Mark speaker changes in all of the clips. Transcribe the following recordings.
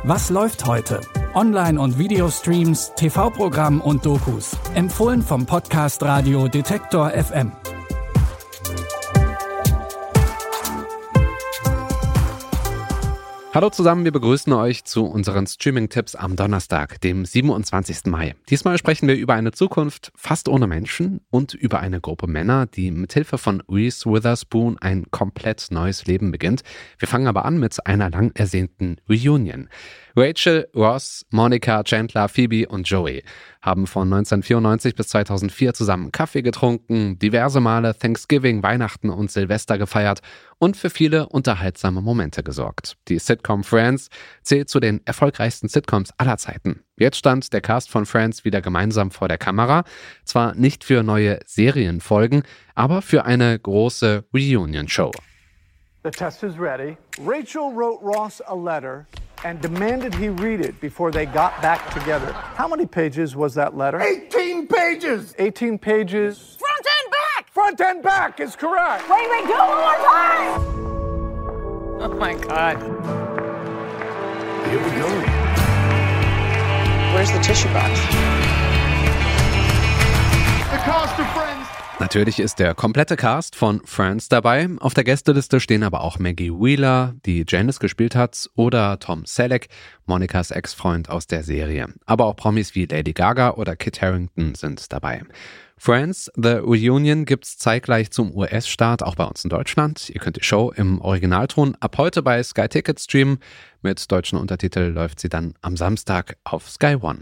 Speaker 1: Was läuft heute? Online- und Videostreams, TV-Programm und Dokus. Empfohlen vom Podcast Radio Detektor FM.
Speaker 2: Hallo zusammen, wir begrüßen euch zu unseren Streaming-Tipps am Donnerstag, dem 27. Mai. Diesmal sprechen wir über eine Zukunft fast ohne Menschen und über eine Gruppe Männer, die mithilfe von Reese Witherspoon ein komplett neues Leben beginnt. Wir fangen aber an mit einer lang ersehnten Reunion. Rachel, Ross, Monica, Chandler, Phoebe und Joey haben von 1994 bis 2004 zusammen Kaffee getrunken, diverse Male Thanksgiving, Weihnachten und Silvester gefeiert und für viele unterhaltsame Momente gesorgt. Die Sitcom Friends zählt zu den erfolgreichsten Sitcoms aller Zeiten. Jetzt stand der Cast von Friends wieder gemeinsam vor der Kamera, zwar nicht für neue Serienfolgen, aber für eine große Reunion-Show.
Speaker 3: The test is ready. Rachel wrote Ross a letter and demanded he read it before they got back together. How many pages was that letter?
Speaker 4: 18 pages!
Speaker 3: 18 pages.
Speaker 4: Front and back!
Speaker 3: Front and back is correct.
Speaker 4: Wait, do it one more time! Oh my God.
Speaker 3: Here we go.
Speaker 5: Where's the tissue box?
Speaker 3: The cast of Friends.
Speaker 2: Natürlich ist der komplette Cast von Friends dabei. Auf der Gästeliste stehen aber auch Maggie Wheeler, die Janice gespielt hat, oder Tom Selleck, Monicas Ex-Freund aus der Serie. Aber auch Promis wie Lady Gaga oder Kit Harington sind dabei. Friends, The Reunion gibt's zeitgleich zum US-Start, auch bei uns in Deutschland. Ihr könnt die Show im Originalton ab heute bei Sky Ticket streamen. Mit deutschen Untertiteln läuft sie dann am Samstag auf Sky One.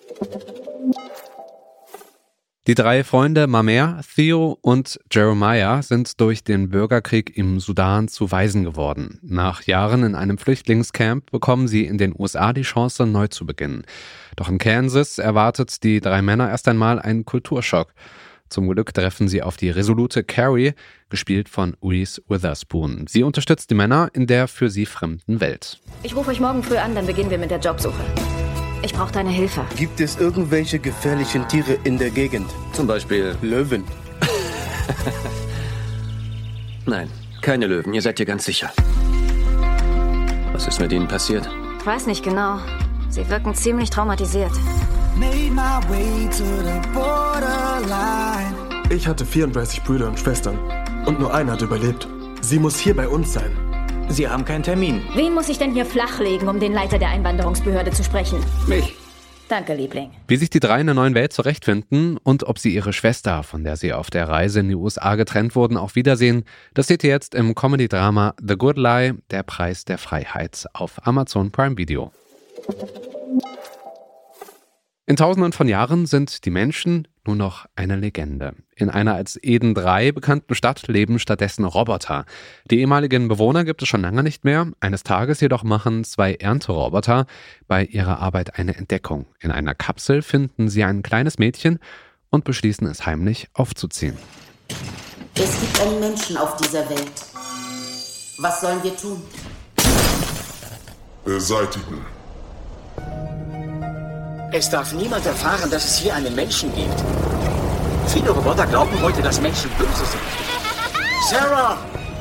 Speaker 2: Die drei Freunde Mamer, Theo und Jeremiah sind durch den Bürgerkrieg im Sudan zu Waisen geworden. Nach Jahren in einem Flüchtlingscamp bekommen sie in den USA die Chance, neu zu beginnen. Doch in Kansas erwartet die drei Männer erst einmal einen Kulturschock. Zum Glück treffen sie auf die resolute Carrie, gespielt von Reese Witherspoon. Sie unterstützt die Männer in der für sie fremden Welt.
Speaker 6: Ich rufe euch morgen früh an, dann beginnen wir mit der Jobsuche. Ich brauche deine Hilfe.
Speaker 7: Gibt es irgendwelche gefährlichen Tiere in der Gegend?
Speaker 8: Zum Beispiel
Speaker 7: Löwen.
Speaker 8: Nein, keine Löwen. Ihr seid hier ganz sicher. Was ist mit ihnen passiert?
Speaker 6: Ich weiß nicht genau. Sie wirken ziemlich traumatisiert.
Speaker 9: Ich hatte 34 Brüder und Schwestern. Und nur einer hat überlebt. Sie muss hier bei uns sein.
Speaker 7: Sie haben keinen Termin.
Speaker 6: Wen muss ich denn hier flachlegen, um den Leiter der Einwanderungsbehörde zu sprechen?
Speaker 8: Mich.
Speaker 6: Danke, Liebling.
Speaker 2: Wie sich die drei in der neuen Welt zurechtfinden und ob sie ihre Schwester, von der sie auf der Reise in die USA getrennt wurden, auch wiedersehen, das seht ihr jetzt im Comedy-Drama The Good Lie, der Preis der Freiheit auf Amazon Prime Video. In Tausenden von Jahren sind die Menschen nur noch eine Legende. In einer als Eden 3 bekannten Stadt leben stattdessen Roboter. Die ehemaligen Bewohner gibt es schon lange nicht mehr. Eines Tages jedoch machen zwei Ernteroboter bei ihrer Arbeit eine Entdeckung. In einer Kapsel finden sie ein kleines Mädchen und beschließen es heimlich aufzuziehen.
Speaker 10: Es gibt einen Menschen auf dieser Welt. Was sollen wir tun?
Speaker 11: Beseitigen.
Speaker 12: Es darf niemand erfahren, dass es hier einen Menschen gibt. Viele Roboter glauben heute, dass Menschen böse sind. Sarah!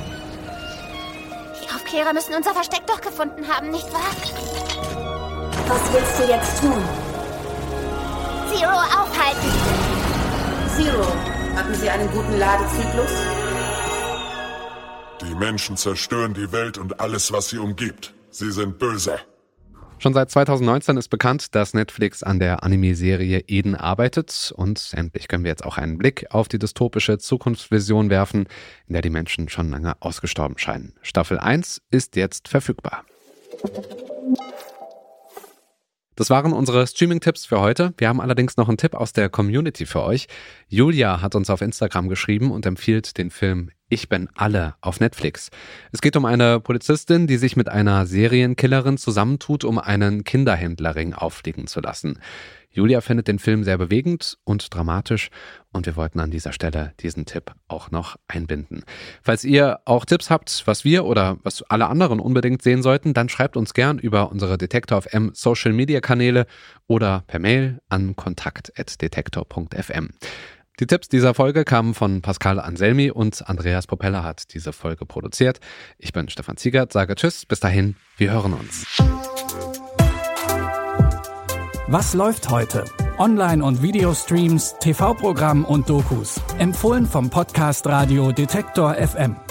Speaker 13: Die Aufklärer müssen unser Versteck doch gefunden haben, nicht wahr?
Speaker 10: Was willst du jetzt tun?
Speaker 13: Zero aufhalten!
Speaker 10: Zero, hatten Sie einen guten Ladezyklus?
Speaker 11: Die Menschen zerstören die Welt und alles, was sie umgibt. Sie sind böse.
Speaker 2: Schon seit 2019 ist bekannt, dass Netflix an der Anime-Serie Eden arbeitet und endlich können wir jetzt auch einen Blick auf die dystopische Zukunftsvision werfen, in der die Menschen schon lange ausgestorben scheinen. Staffel 1 ist jetzt verfügbar. Das waren unsere Streaming-Tipps für heute. Wir haben allerdings noch einen Tipp aus der Community für euch. Julia hat uns auf Instagram geschrieben und empfiehlt den Film Ich bin alle auf Netflix. Es geht um eine Polizistin, die sich mit einer Serienkillerin zusammentut, um einen Kinderhändlerring auffliegen zu lassen. Julia findet den Film sehr bewegend und dramatisch und wir wollten an dieser Stelle diesen Tipp auch noch einbinden. Falls ihr auch Tipps habt, was wir oder was alle anderen unbedingt sehen sollten, dann schreibt uns gern über unsere Detektor FM Social Media Kanäle oder per Mail an kontakt@detektor.fm. Die Tipps dieser Folge kamen von Pascal Anselmi und Andreas Propeller hat diese Folge produziert. Ich bin Stefan Ziegert, sage Tschüss, bis dahin, wir hören uns.
Speaker 1: Was läuft heute? Online- und Videostreams, TV-Programm und Dokus. Empfohlen vom Podcast Radio Detektor FM.